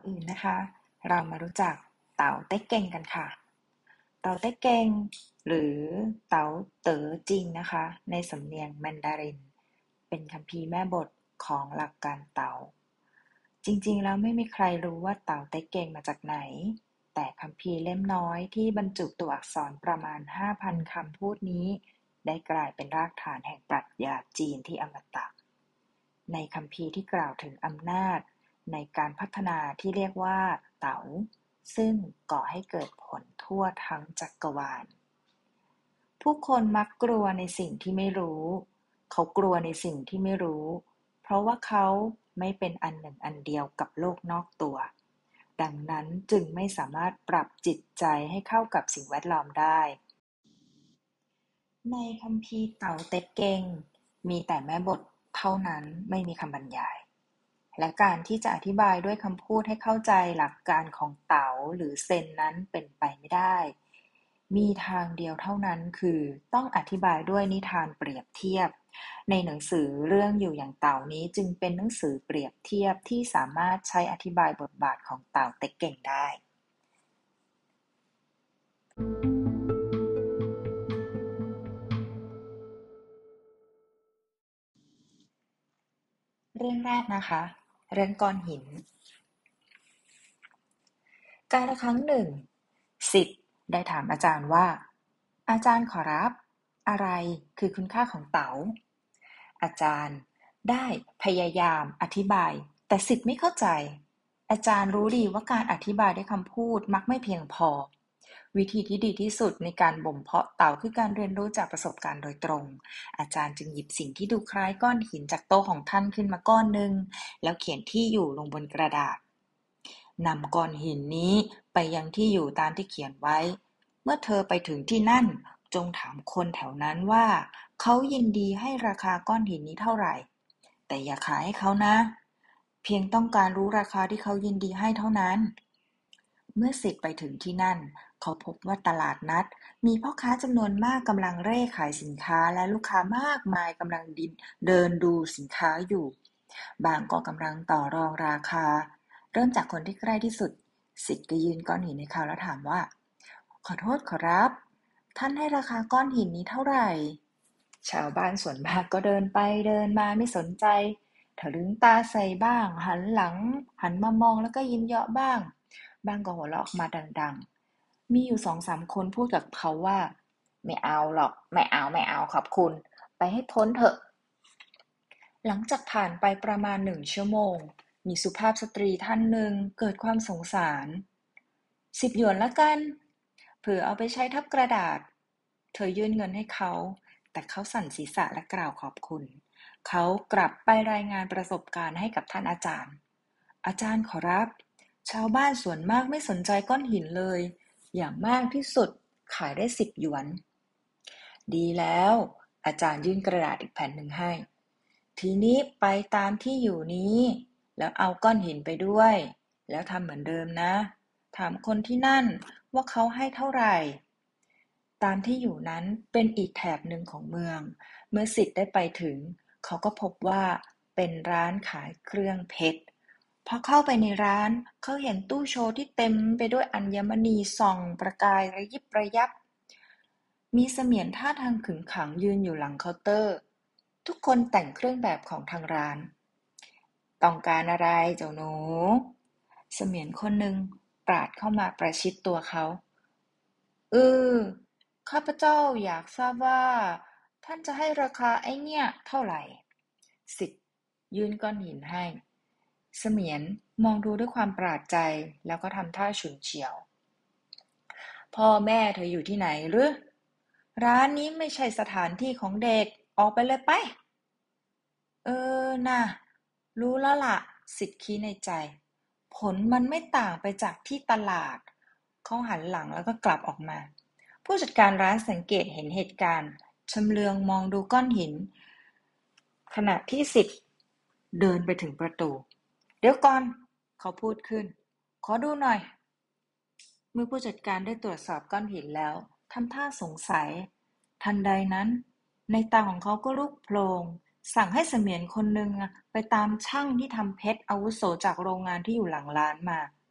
อื่นนะคะเรามารู้จักเต่าเต๊กเก่งกันค่ะเต่าเต๊กเก่งหรือเต่าเต๋อจริงนะคะในสำเนียงแมนดารินเป็นคัมภีร์แม่บทของหลักการเต่าจริงๆแล้วไม่มีใครรู้ว่าเต่าเต๊กเก่งมาจากไหนแต่คัมภีร์เล่มน้อยที่บรรจุตัวอักษรประมาณ 5,000 คำพูดนี้ได้กลายเป็นรากฐานแห่งปรัชญาจีนที่อมตะในคัมภีร์ที่กล่าวถึงอำนาจในการพัฒนาที่เรียกว่าเต๋าซึ่งก่อให้เกิดผลทั่วทั้งจักรวาลผู้คนมักกลัวในสิ่งที่ไม่รู้เขากลัวในสิ่งที่ไม่รู้เพราะว่าเขาไม่เป็นอันหนึ่งอันเดียวกับโลกนอกตัวดังนั้นจึงไม่สามารถปรับจิตใจให้เข้ากับสิ่งแวดล้อมได้ในคัมภีร์เต่าเต็ดเกงมีแต่แม่บทเท่านั้นไม่มีคำบรรยาย และการที่จะอธิบายด้วยคำพูดให้เข้าใจหลักการของเต๋าหรือเซนนั้นเป็นไปไม่ได้ มีทางเดียวเท่านั้นคือต้องอธิบายด้วยนิทานเปรียบเทียบ ในหนังสือเรื่องอยู่อย่างเต่านี้จึงเป็นหนังสือเปรียบเทียบที่สามารถใช้อธิบายบทบาทของเต่าเต็กเก่งได้เรื่องแรกนะคะเรื่องก้อนหิน กาลครั้งหนึ่งศิษย์ได้ถามอาจารย์ว่าอาจารย์ขอรับอะไรคือคุณค่าของเต๋าอาจารย์ได้พยายามอธิบายแต่ศิษย์ไม่เข้าใจอาจารย์รู้ดีว่าการอธิบายด้วยคำพูดมักไม่เพียงพอวิธีที่ดีที่สุดในการบ่มเพาะเต๋าคือการเรียนรู้จากประสบการณ์โดยตรงอาจารย์จึงหยิบสิ่งที่ดูคล้ายก้อนหินจากโต๊ะของท่านขึ้นมาก้อนหนึ่งแล้วเขียนที่อยู่ลงบนกระดาษ นำก้อนหินนี้ไปยังที่อยู่ตามที่เขียนไว้ เมื่อเธอไปถึงที่นั่นจงถามคนแถวนั้นว่าเขายินดีให้ราคาก้อนหินนี้เท่าไหร่ แต่อย่าขายให้เขานะ เพียงต้องการรู้ราคาที่เขายินดีให้เท่านั้น เมื่อศิษย์ไปถึงที่นั่นเขาพบว่าตลาดนัดมีพ่อค้าจำนวนมากกำลังเร่ขายสินค้าและลูกค้ามากมายกำลังเดินดูสินค้าอยู่บางก็กำลังต่อรองราคาเริ่มจากคนที่ใกล้ที่สุดศิษย์ก็ยื่นก้อนหินให้เขาแล้วถามว่าขอโทษขอรับท่านให้ราคาก้อนหินนี้เท่าไหร่ชาวบ้านส่วนมากก็เดินไปเดินมาไม่สนใจถลึงตาใส่บ้างหันหลังหันมามองแล้วก็ยิ้มเยาะบ้าง บ้างก็หัวเราะออกมาดังๆ มีอยู่2-3คนพูดกับเขาว่าไม่เอาหรอกไม่เอาขอบคุณไปให้พ้นเถอะหลังจากผ่านไปประมาณ1 ชั่วโมงมีสุภาพสตรีท่านหนึ่งเกิดความสงสาร10 หยวนละกันเผื่อเอาไปใช้ทับกระดาษเธอยื่นเงินให้เขาแต่เขาสั่นศีรษะและกล่าวขอบคุณเขากลับไปรายงานประสบการณ์ให้กับท่านอาจารย์อาจารย์ขอรับ ชาวบ้านส่วนมากไม่สนใจก้อนหินเลย อย่างมากที่สุดขายได้10 หยวน ดีแล้วอาจารย์ยื่นกระดาษอีกแผ่นหนึ่งให้ ทีนี้ไปตามที่อยู่นี้แล้วเอาก้อนหินไปด้วยแล้วทำเหมือนเดิมนะถามคนที่นั่นว่าเขาให้เท่าไหร่ตามที่อยู่นั้นเป็นอีกแถบหนึ่งของเมืองเมื่อศิษย์ได้ไปถึงเขาก็พบว่าเป็นร้านขายเครื่องเพชรพอเข้าไปในร้านเขาเห็นตู้โชว์ที่เต็มไปด้วยอัญมณีส่องประกายระยิบระยับมีเสมียนท่าทางขึงขังยืนอยู่หลังเคาน์เตอร์ทุกคนแต่งเครื่องแบบของทางร้าน ต้องการอะไรเจ้าหนูเสมียนคนหนึ่งปราดเข้ามาประชิดตัวเขาเออข้าพเจ้าอยากทราบว่าท่านจะให้ราคาไอ้เนี่ยเท่าไหร่ศิษย์ยื่นก้อนหินให้เสมียนมองดูด้วยความประหลาดใจแล้วก็ทำท่าฉุนเฉียวพ่อแม่เธออยู่ที่ไหนหรือร้านนี้ไม่ใช่สถานที่ของเด็กออกไปเลยไป เออน่ะรู้แล้วล่ะสิทธิ์คิดในใจผลมันไม่ต่างไปจากที่ตลาดเขาหันหลังแล้วก็กลับออกมาผู้จัดการร้านสังเกตเห็นเหตุการณ์ชำเลืองมองดูก้อนหินขณะที่สิทธิ์เดินไปถึงประตูเดี๋ยวก่อนเขาพูดขึ้นขอดูหน่อยเมื่อผู้จัดการได้ตรวจสอบก้อนหินแล้วทำท่าสงสัยทันใดนั้นในตาของเขาก็ลุกโพลงสั่งให้เสมียนคนหนึ่งไปตามช่างที่ทำเพชรอาวุโสจากโรงงานที่อยู่หลังร้านมา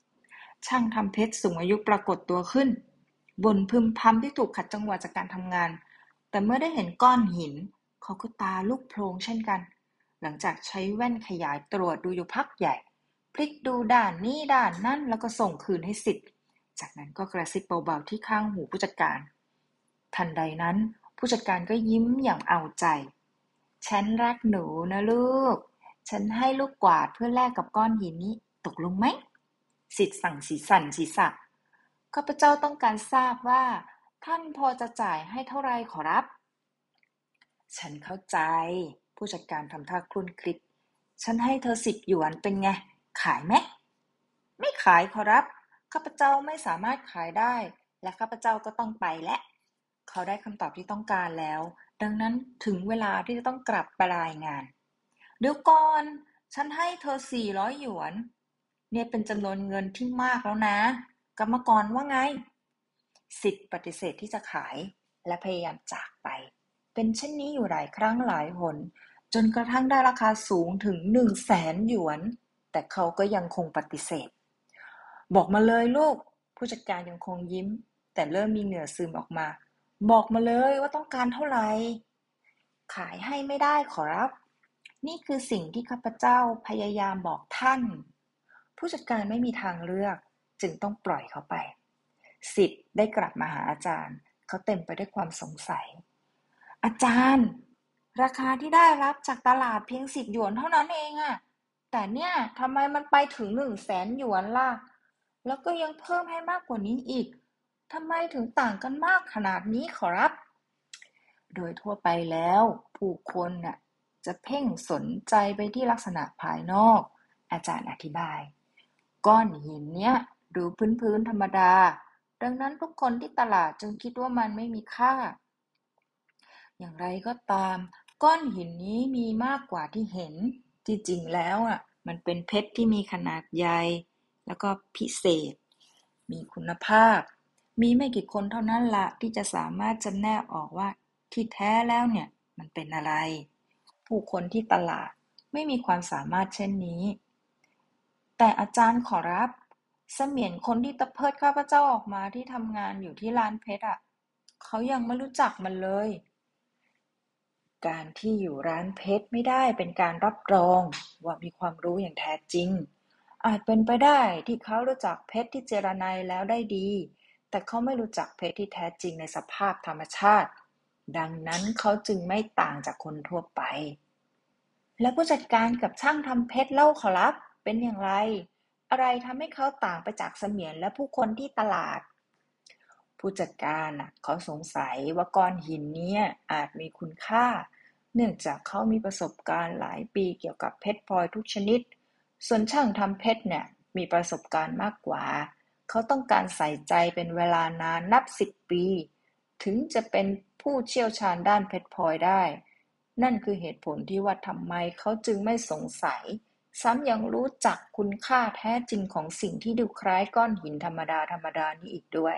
ช่างทำเพชรสูงอายุปรากฏตัวขึ้นบ่นพึมพำที่ถูกขัดจังหวะจากการทำงานแต่เมื่อได้เห็นก้อนหินเขาก็ตาลุกโพลงเช่นกันหลังจากใช้แว่นขยายตรวจดูอยู่พักใหญ่พลิกดูด้านนี้ด้านนั้นแล้วก็ส่งคืนให้สิทธิ์จากนั้นก็กระซิบเบาๆที่ข้างหูผู้จัดการทันใดนั้นผู้จัดการก็ยิ้มอย่างเอาใจฉันรักหนูนะลูกฉันให้ลูกกวาดเพื่อแลกกับก้อนหินนี้ตกลงไหมสิทธิ์สั่งศีรษะข้าพเจ้าต้องการทราบว่าท่านพอจะจ่ายให้เท่าไรขอรับฉันเข้าใจผู้จัดการทำท่าครุ่นคิดฉันให้เธอ10 หยวนเป็นไงขายไหมไม่ขายขอรับข้าพเจ้าไม่สามารถขายได้และข้าพเจ้าก็ต้องไปแล้วเขาได้คำตอบที่ต้องการแล้วดังนั้นถึงเวลาที่จะต้องกลับไปรายงานเดี๋ยวก่อนฉันให้เธอ400 หยวนเนี่ยเป็นจำนวนเงินที่มากแล้วนะกรรมกรว่าไงสิทธิ์ปฏิเสธที่จะขายและพยายามจากไปเป็นเช่นนี้อยู่หลายครั้งหลายหนจนกระทั่งได้ราคาสูงถึง100,000 หยวนแต่เขาก็ยังคงปฏิเสธบอกมาเลยลูกผู้จัดการยังคงยิ้มแต่เริ่มมีเหงื่อซึมออกมาบอกมาเลยว่าต้องการเท่าไหร่ขายให้ไม่ได้ขอรับนี่คือสิ่งที่ข้าพเจ้าพยายามบอกท่านผู้จัดการไม่มีทางเลือกจึงต้องปล่อยเขาไปสิทธิ์ได้กลับมาหาอาจารย์เขาเต็มไปด้วยความสงสัยอาจารย์ราคาที่ได้รับจากตลาดเพียง10 หยวนเท่านั้นเองอะแต่เนี่ยทำไมมันไปถึง100,000 หยวนล่ะแล้วก็ยังเพิ่มให้มากกว่านี้อีกทำไมถึงต่างกันมากขนาดนี้ขอรับโดยทั่วไปแล้วผู้คนน่ะจะเพ่งสนใจไปที่ลักษณะภายนอกอาจารย์อธิบายก้อนหินเนี้ยดูพื้นๆธรรมดาดังนั้นทุกคนที่ตลาดจึงคิดว่ามันไม่มีค่าอย่างไรก็ตามก้อนหินนี้มีมากกว่าที่เห็นจริงๆแล้วอ่ะมันเป็นเพชรที่มีขนาดใหญ่แล้วก็พิเศษมีคุณภาพมีไม่กี่คนเท่านั้นละที่จะสามารถจำแนกออกว่าที่แท้แล้วเนี่ยมันเป็นอะไรผู้คนที่ตลาดไม่มีความสามารถเช่นนี้แต่อาจารย์ขอรับเสมียนคนที่ตะเพิดข้าพเจ้าออกมาที่ทำงานอยู่ที่ร้านเพชรอ่ะเขายังไม่รู้จักมันเลย การที่อยู่ร้านเพชรไม่ได้เป็นการรับรองว่ามีความรู้อย่างแท้จริงอาจเป็นไปได้ที่เขารู้จักเพชรที่เจรไนแล้วได้ดีแต่เขาไม่รู้จักเพชรที่แท้จริงในสภาพธรรมชาติดังนั้นเขาจึงไม่ต่างจากคนทั่วไปและผู้จัดการกับช่างทำเพชรเล่าขอรับเป็นอย่างไรอะไรทำให้เขาต่างไปจากเสมียนและผู้คนที่ตลาด ผู้จัดการน่ะเขาสงสัยว่าก้อนหินเนี้ยอาจมีคุณค่าเนื่องจากเขามีประสบการณ์หลายปีเกี่ยวกับเพชรพลอยทุกชนิดส่วนช่างทำเพชรเนี่ยมีประสบการณ์มากกว่าเขาต้องการใส่ใจเป็นเวลานานนับ10 ปีถึงจะเป็นผู้เชี่ยวชาญด้านเพชรพลอยได้นั่นคือเหตุผลที่ว่าทำไมเขาจึงไม่สงสัยซ้ำยังรู้จักคุณค่าแท้จริงของสิ่งที่ดูคล้ายก้อนหินธรรมดานี้อีกด้วย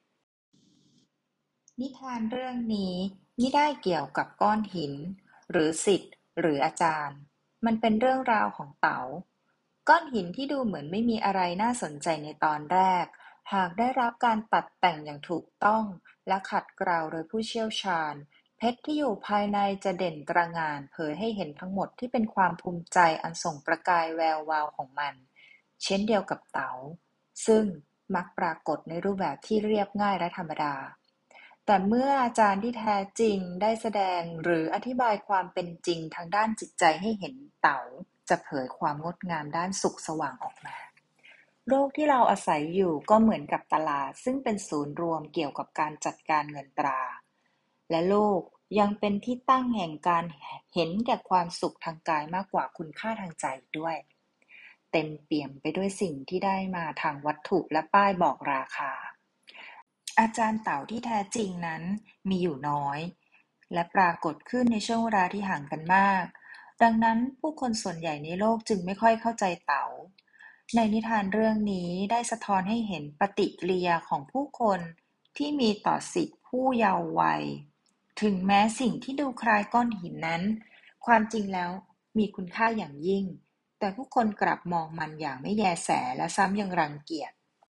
นิทานเรื่องนี้มิได้เกี่ยวกับก้อนหินหรือศิษย์หรืออาจารย์มันเป็นเรื่องราวของเต๋าก้อนหินที่ดูเหมือนไม่มีอะไรน่าสนใจในตอนแรกหากได้รับการตัดแต่งอย่างถูกต้องและขัดเกลาโดยผู้เชี่ยวชาญเพชรที่อยู่ภายในจะเด่นตระหง่านเผยให้เห็นทั้งหมดที่เป็นความภูมิใจอันส่งประกายแวววาวของมันเช่นเดียวกับเต๋าซึ่งมักปรากฏในรูปแบบที่เรียบง่ายและธรรมดา แต่เมื่ออาจารย์ที่แท้จริงได้แสดงหรืออธิบายความเป็นจริงทางด้านจิตใจให้เห็นเต๋าจะเผยความงดงามด้านสุขสว่างออกมาโลกที่เราอาศัยอยู่ก็เหมือนกับตลาดซึ่งเป็นศูนย์รวมเกี่ยวกับการจัดการเงินตราและโลกยังเป็นที่ตั้งแห่งการเห็นแก่ความสุขทางกายมากกว่าคุณค่าทางใจด้วยเต็มเปี่ยมไปด้วยสิ่งที่ได้มาทางวัตถุและป้ายบอกราคา อาจารย์เต๋าที่แท้จริงนั้นมีอยู่น้อยและปรากฏขึ้นในช่วงเวลาที่ห่างกันมากดังนั้นผู้คนส่วนใหญ่ในโลกจึงไม่ค่อยเข้าใจเต๋าในนิทานเรื่องนี้ได้สะท้อนให้เห็นปฏิกิริยาของผู้คนที่มีต่อสิทธิผู้เยาว์วัยถึงแม้สิ่งที่ดูคล้ายก้อนหินนั้นความจริงแล้วมีคุณค่าอย่างยิ่งแต่ผู้คนกลับมองมันอย่างไม่แยแสและซ้ำยังรังเกียจ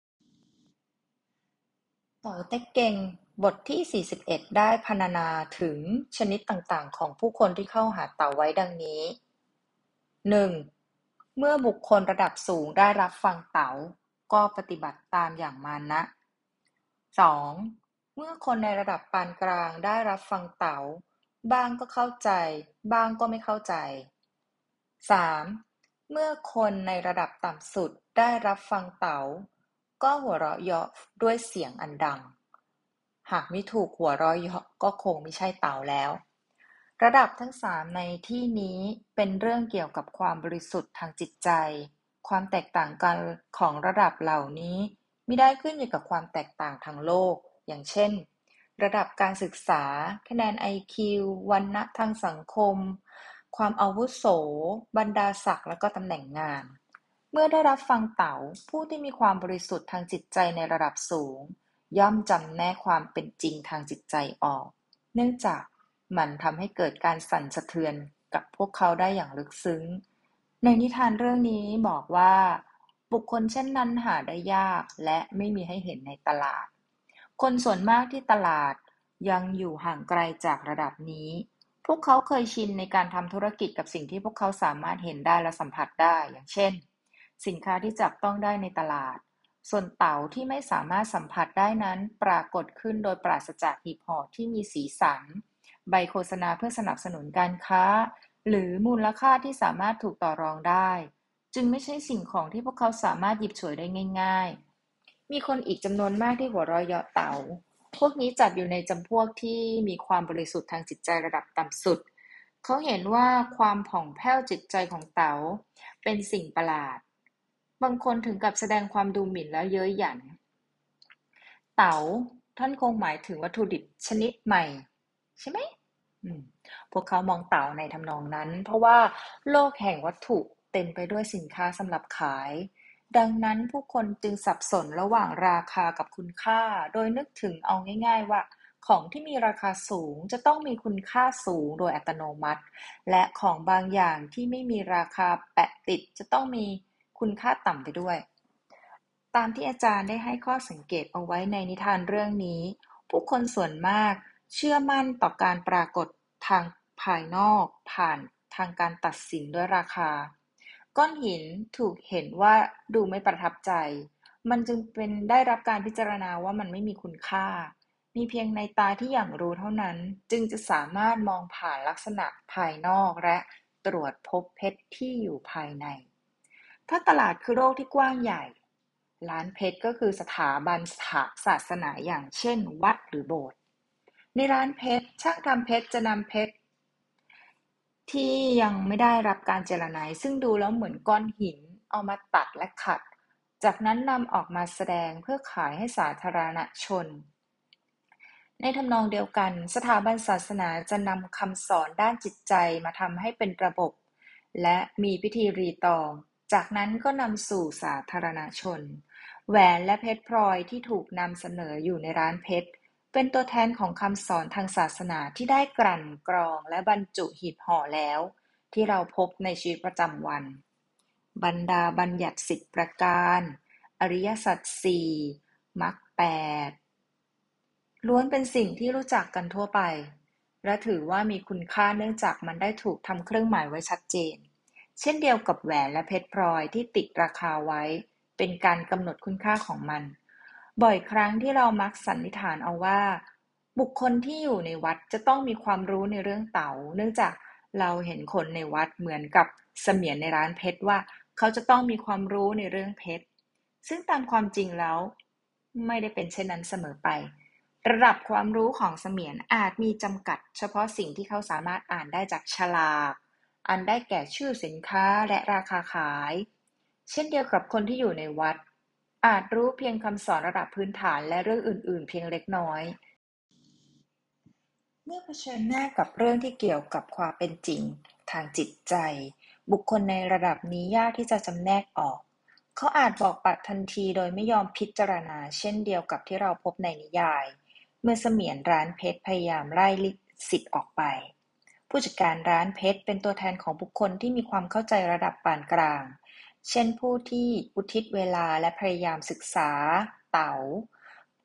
เต๋อเต็กเก่งบทที่41ได้พรรณนาถึงชนิดต่างๆของผู้คนที่เข้าหาเต๋าไว้ดังนี้หนึ่งเมื่อบุคคลระดับสูงได้รับฟังเต๋าก็ปฏิบัติตามอย่างมานะสองเมื่อคนในระดับปานกลางได้รับฟังเต๋าบ้างก็เข้าใจบ้างก็ไม่เข้าใจสามเมื่อคนในระดับต่ำสุดได้รับฟังเต๋าก็หัวเราะเยาะด้วยเสียงอันดัง หากไม่ถูกหัวเราะเยาะก็คงไม่ใช่เต่าแล้วระดับทั้งสามในที่นี้เป็นเรื่องเกี่ยวกับความบริสุทธิ์ทางจิตใจความแตกต่างกันของระดับเหล่านี้ไม่ได้ขึ้นอยู่กับความแตกต่างทางโลกอย่างเช่นระดับการศึกษาคะแนน IQ วรรณะทางสังคมความอาวุโสบรรดาศักดิ์และก็ตำแหน่งงานเมื่อได้รับฟังเต๋าผู้ที่มีความบริสุทธิ์ทางจิตใจในระดับสูง ย่อมจำแนกความเป็นจริงทางจิตใจออก เนื่องจากมันทำให้เกิดการสั่นสะเทือนกับพวกเขาได้อย่างลึกซึ้ง ในนิทานเรื่องนี้บอกว่าบุคคลเช่นนั้นหาได้ยากและไม่มีให้เห็นในตลาด คนส่วนมากที่ตลาดยังอยู่ห่างไกลจากระดับนี้ พวกเขาเคยชินในการทำธุรกิจกับสิ่งที่พวกเขาสามารถเห็นได้และสัมผัสได้อย่างเช่นสินค้าที่จับต้องได้ในตลาด ส่วนเต๋าที่ไม่สามารถสัมผัสได้นั้นปรากฏขึ้นโดยปราศจากหีบห่อที่มีสีสันใบโฆษณาเพื่อสนับสนุนการค้าหรือมูลค่าที่สามารถถูกต่อรองได้จึงไม่ใช่สิ่งของที่พวกเขาสามารถหยิบฉวยได้ง่ายๆมีคนอีกจำนวนมากที่หัวเราะเยาะเต๋าพวกนี้จัดอยู่ในจำพวกที่มีความบริสุทธิ์ทางจิตใจระดับต่ำสุดเขาเห็นว่าความผ่องแผ้วจิตใจของเต๋าเป็นสิ่งประหลาด บางคนถึงกับแสดงความดูหมิ่นแล้วเย้ยหยันเต๋าท่านคงหมายถึงวัตถุดิบชนิดใหม่ใช่ไหมอืมพวกเขามองเต๋าในทำนองนั้นเพราะว่าโลกแห่งวัตถุเต็มไปด้วยสินค้าสำหรับขายดังนั้นผู้คนจึงสับสนระหว่างราคากับคุณค่าโดยนึกถึงเอาง่ายๆว่าของที่มีราคาสูงจะต้องมีคุณค่าสูงโดยอัตโนมัติและของบางอย่างที่ไม่มีราคาแปะติดจะต้องมีคุณค่าต่ำไปด้วย ตามที่อาจารย์ได้ให้ข้อสังเกตเอาไว้ในนิทานเรื่องนี้ผู้คนส่วนมากเชื่อมั่นต่อการปรากฏทางภายนอกผ่านทางการตัดสินด้วยราคาก้อนหินถูกเห็นว่าดูไม่ประทับใจมันจึงเป็นได้รับการพิจารณาว่ามันไม่มีคุณค่ามีเพียงในตาที่อย่างรู้เท่านั้นจึงจะสามารถมองผ่านลักษณะภายนอกและตรวจพบเพชรที่อยู่ภายในถ้าตลาดคือโลกที่กว้างใหญ่ ร้านเพชรก็คือสถาบันศาสนาอย่างเช่นวัดหรือโบสถ์ในร้านเพชรช่างทำเพชรจะนำเพชรที่ยังไม่ได้รับการเจรไนซึ่งดูแล้วเหมือนก้อนหินเอามาตัดและขัดจากนั้นนำออกมาแสดงเพื่อขายให้สาธารณชนในทำนองเดียวกันสถาบันศาสนาจะนำคำสอนด้านจิตใจมาทำให้เป็นระบบและมีพิธีรีตองจากนั้นก็นำสู่สาธารณชน แหวนและเพชรพลอยที่ถูกนำเสนออยู่ในร้านเพชรเป็นตัวแทนของคำสอนทางศาสนาที่ได้กลั่นกรองและบรรจุหีบห่อแล้วที่เราพบในชีวิตประจำวันบรรดาบัญญัติ10ประการอริยสัจสี่มรรคแปดล้วนเป็นสิ่งที่รู้จักกันทั่วไปและถือว่ามีคุณค่าเนื่องจากมันได้ถูกทำเครื่องหมายไว้ชัดเจนเช่นเดียวกับแหวนและเพชรพลอยที่ติดราคาไว้ เป็นการกำหนดคุณค่าของมัน บ่อยครั้งที่เรามักสันนิษฐานเอาว่าบุคคลที่อยู่ในวัดจะต้องมีความรู้ในเรื่องเต๋าเนื่องจากเราเห็นคนในวัดเหมือนกับเสมียนในร้านเพชรว่าเขาจะต้องมีความรู้ในเรื่องเพชรซึ่งตามความจริงแล้วไม่ได้เป็นเช่นนั้นเสมอไป ระดับความรู้ของเสมียนอาจมีจำกัดเฉพาะสิ่งที่เขาสามารถอ่านได้จากฉลากอันได้แก่ชื่อสินค้าและราคาขาย เช่นเดียวกับคนที่อยู่ในวัดอาจรู้เพียงคำสอนระดับพื้นฐานและเรื่องอื่นๆเพียงเล็กน้อยเมื่อเผชิญหน้ากับเรื่องที่เกี่ยวกับความเป็นจริงทางจิตใจบุคคลในระดับนี้ยากที่จะจำแนกออกเขาอาจบอกปัดทันทีโดยไม่ยอมพิจารณาเช่นเดียวกับที่เราพบในนิยายเมื่อเสมียนร้านเพชรพยายามไล่สิทธิ์ออกไปผู้จัดการร้านเพชรเป็นตัวแทนของบุคคลที่มีความเข้าใจระดับปานกลาง เช่นผู้ที่อุทิศเวลาและพยายามศึกษาเต๋า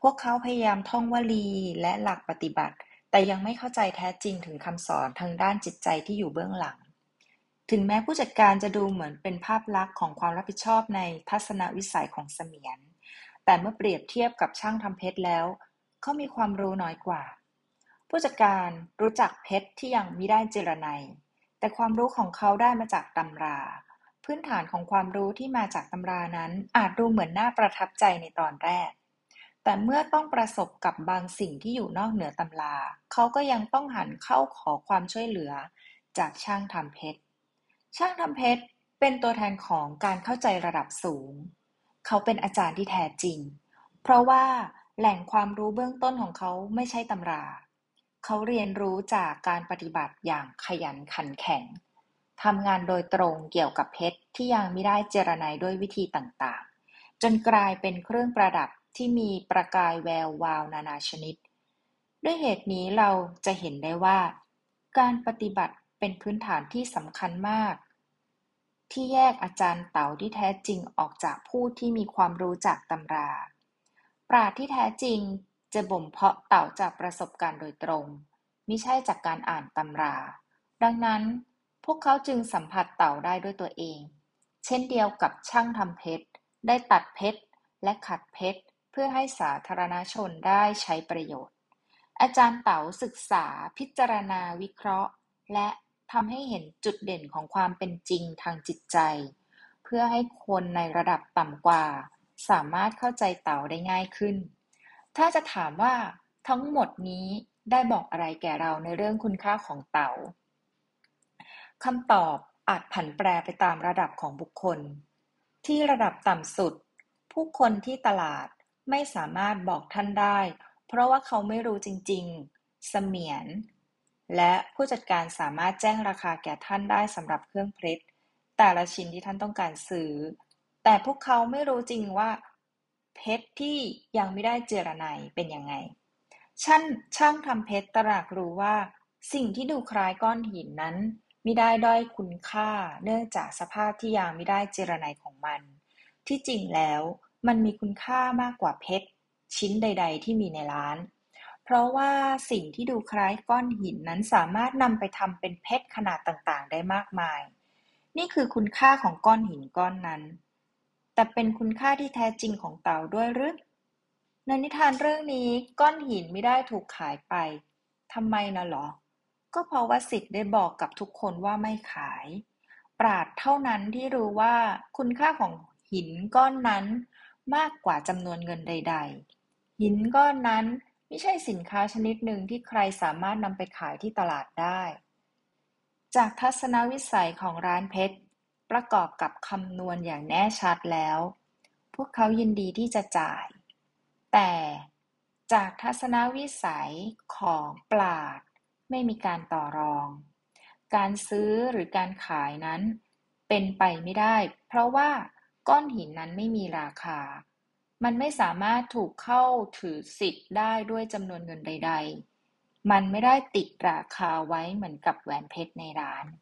พวกเขาพยายามท่องวลีและหลักปฏิบัติแต่ยังไม่เข้าใจแท้จริงถึงคำสอนทางด้านจิตใจที่อยู่เบื้องหลังถึงแม้ผู้จัดการจะดูเหมือนเป็นภาพลักษณ์ของความรับผิดชอบในทัศนวิสัยของเสมียนแต่เมื่อเปรียบเทียบกับช่างทำเพชรแล้วเขามีความรู้น้อยกว่าผู้จัดการรู้จักเพชรที่ยังมิได้เจรไนแต่ความรู้ของเขาได้มาจากตำราพื้นฐานของความรู้ที่มาจากตำรานั้นอาจดูเหมือนน่าประทับใจในตอนแรกแต่เมื่อต้องประสบกับบางสิ่งที่อยู่นอกเหนือตำราเขาก็ยังต้องหันเข้าขอความช่วยเหลือจากช่างทำเพชรช่างทำเพชรเป็นตัวแทนของการเข้าใจระดับสูงเขาเป็นอาจารย์ที่แท้จริงเพราะว่าแหล่งความรู้เบื้องต้นของเขาไม่ใช่ตำราเขาเรียนรู้จากการปฏิบัติอย่างขยันขันแข็งทำงานโดยตรงเกี่ยวกับเพชรที่ยังไม่ได้เจรไนด้วยวิธีต่างๆจนกลายเป็นเครื่องประดับที่มีประกายแวววาวนานาชนิดด้วยเหตุนี้เราจะเห็นได้ว่าการปฏิบัติเป็นพื้นฐานที่สำคัญมากที่แยกอาจารย์เต๋าที่แท้จริงออกจากผู้ที่มีความรู้จากตำราปราชญ์ที่แท้จริงจะบ่มเพาะเต๋าจากประสบการณ์โดยตรงมิใช่จากการอ่านตำราดังนั้นพวกเขาจึงสัมผัสเต๋าได้ด้วยตัวเองเช่นเดียวกับช่างทำเพชรได้ตัดเพชรและขัดเพชรเพื่อให้สาธารณชนได้ใช้ประโยชน์อาจารย์เต๋าศึกษาพิจารณาวิเคราะห์และทำให้เห็นจุดเด่นของความเป็นจริงทางจิตใจเพื่อให้คนในระดับต่ำกว่าสามารถเข้าใจเต๋าได้ง่ายขึ้นถ้าจะถามว่าทั้งหมดนี้ได้บอกอะไรแก่เราในเรื่องคุณค่าของเต๋าคำตอบอาจผันแปรไปตามระดับของบุคคลที่ระดับต่ำสุดผู้คนที่ตลาดไม่สามารถบอกท่านได้เพราะว่าเขาไม่รู้จริงๆเสมียนและผู้จัดการสามารถแจ้งราคาแก่ท่านได้สำหรับเครื่องเพชรแต่ละชิ้นที่ท่านต้องการซื้อแต่พวกเขาไม่รู้จริงว่าเพชรที่ยังไม่ได้เจรไนเป็นยังไงช่างทำเพชรตระหนักรู้ว่าสิ่งที่ดูคล้ายก้อนหินนั้นมิได้ด้อยคุณค่าเนื่องจากสภาพที่ยังไม่ได้เจรไนของมันที่จริงแล้วมันมีคุณค่ามากกว่าเพชรชิ้นใดๆที่มีในร้านเพราะว่าสิ่งที่ดูคล้ายก้อนหินนั้นสามารถนำไปทำเป็นเพชรขนาดต่างๆได้มากมายนี่คือคุณค่าของก้อนหินก้อนนั้นแต่เป็นคุณค่าที่แท้จริงของเต่าด้วยหรือในนิทานเรื่องนี้ก้อนหินไม่ได้ถูกขายไปทำไมนะหรอก็เพราะว่าสิทธิ์ได้บอกกับทุกคนว่าไม่ขายปราชญ์เท่านั้นที่รู้ว่าคุณค่าของหินก้อนนั้นมากกว่าจำนวนเงินใดๆหินก้อนนั้นไม่ใช่สินค้าชนิดหนึ่งที่ใครสามารถนำไปขายที่ตลาดได้จากทัศนวิสัยของร้านเพชรประกอบกับคำนวณอย่างแน่ชัดแล้วพวกเขายินดีที่จะจ่ายแต่จากทัศนวิสัยของปราชญ์ไม่มีการต่อรองการซื้อหรือการขายนั้นเป็นไปไม่ได้เพราะว่าก้อนหินนั้นไม่มีราคามันไม่สามารถถูกเข้าถือสิทธิ์ได้ด้วยจำนวนเงินใดๆมันไม่ได้ติดราคาไว้เหมือนกับแหวนเพชรในร้าน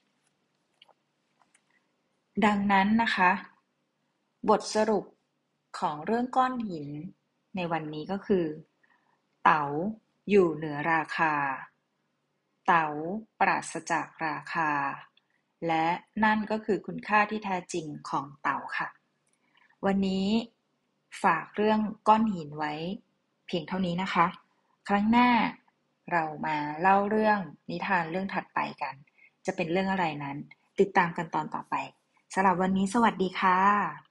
ดังนั้นนะคะบทสรุปของเรื่องก้อนหินในวันนี้ก็คือเต๋าอยู่เหนือราคาเต๋าปราศจากราคาและนั่นก็คือคุณค่าที่แท้จริงของเต๋าค่ะวันนี้ฝากเรื่องก้อนหินไว้เพียงเท่านี้นะคะครั้งหน้าเรามาเล่าเรื่องนิทานเรื่องถัดไปกันจะเป็นเรื่องอะไรนั้นติดตามกันตอนต่อไปสำหรับวันนี้สวัสดีค่ะ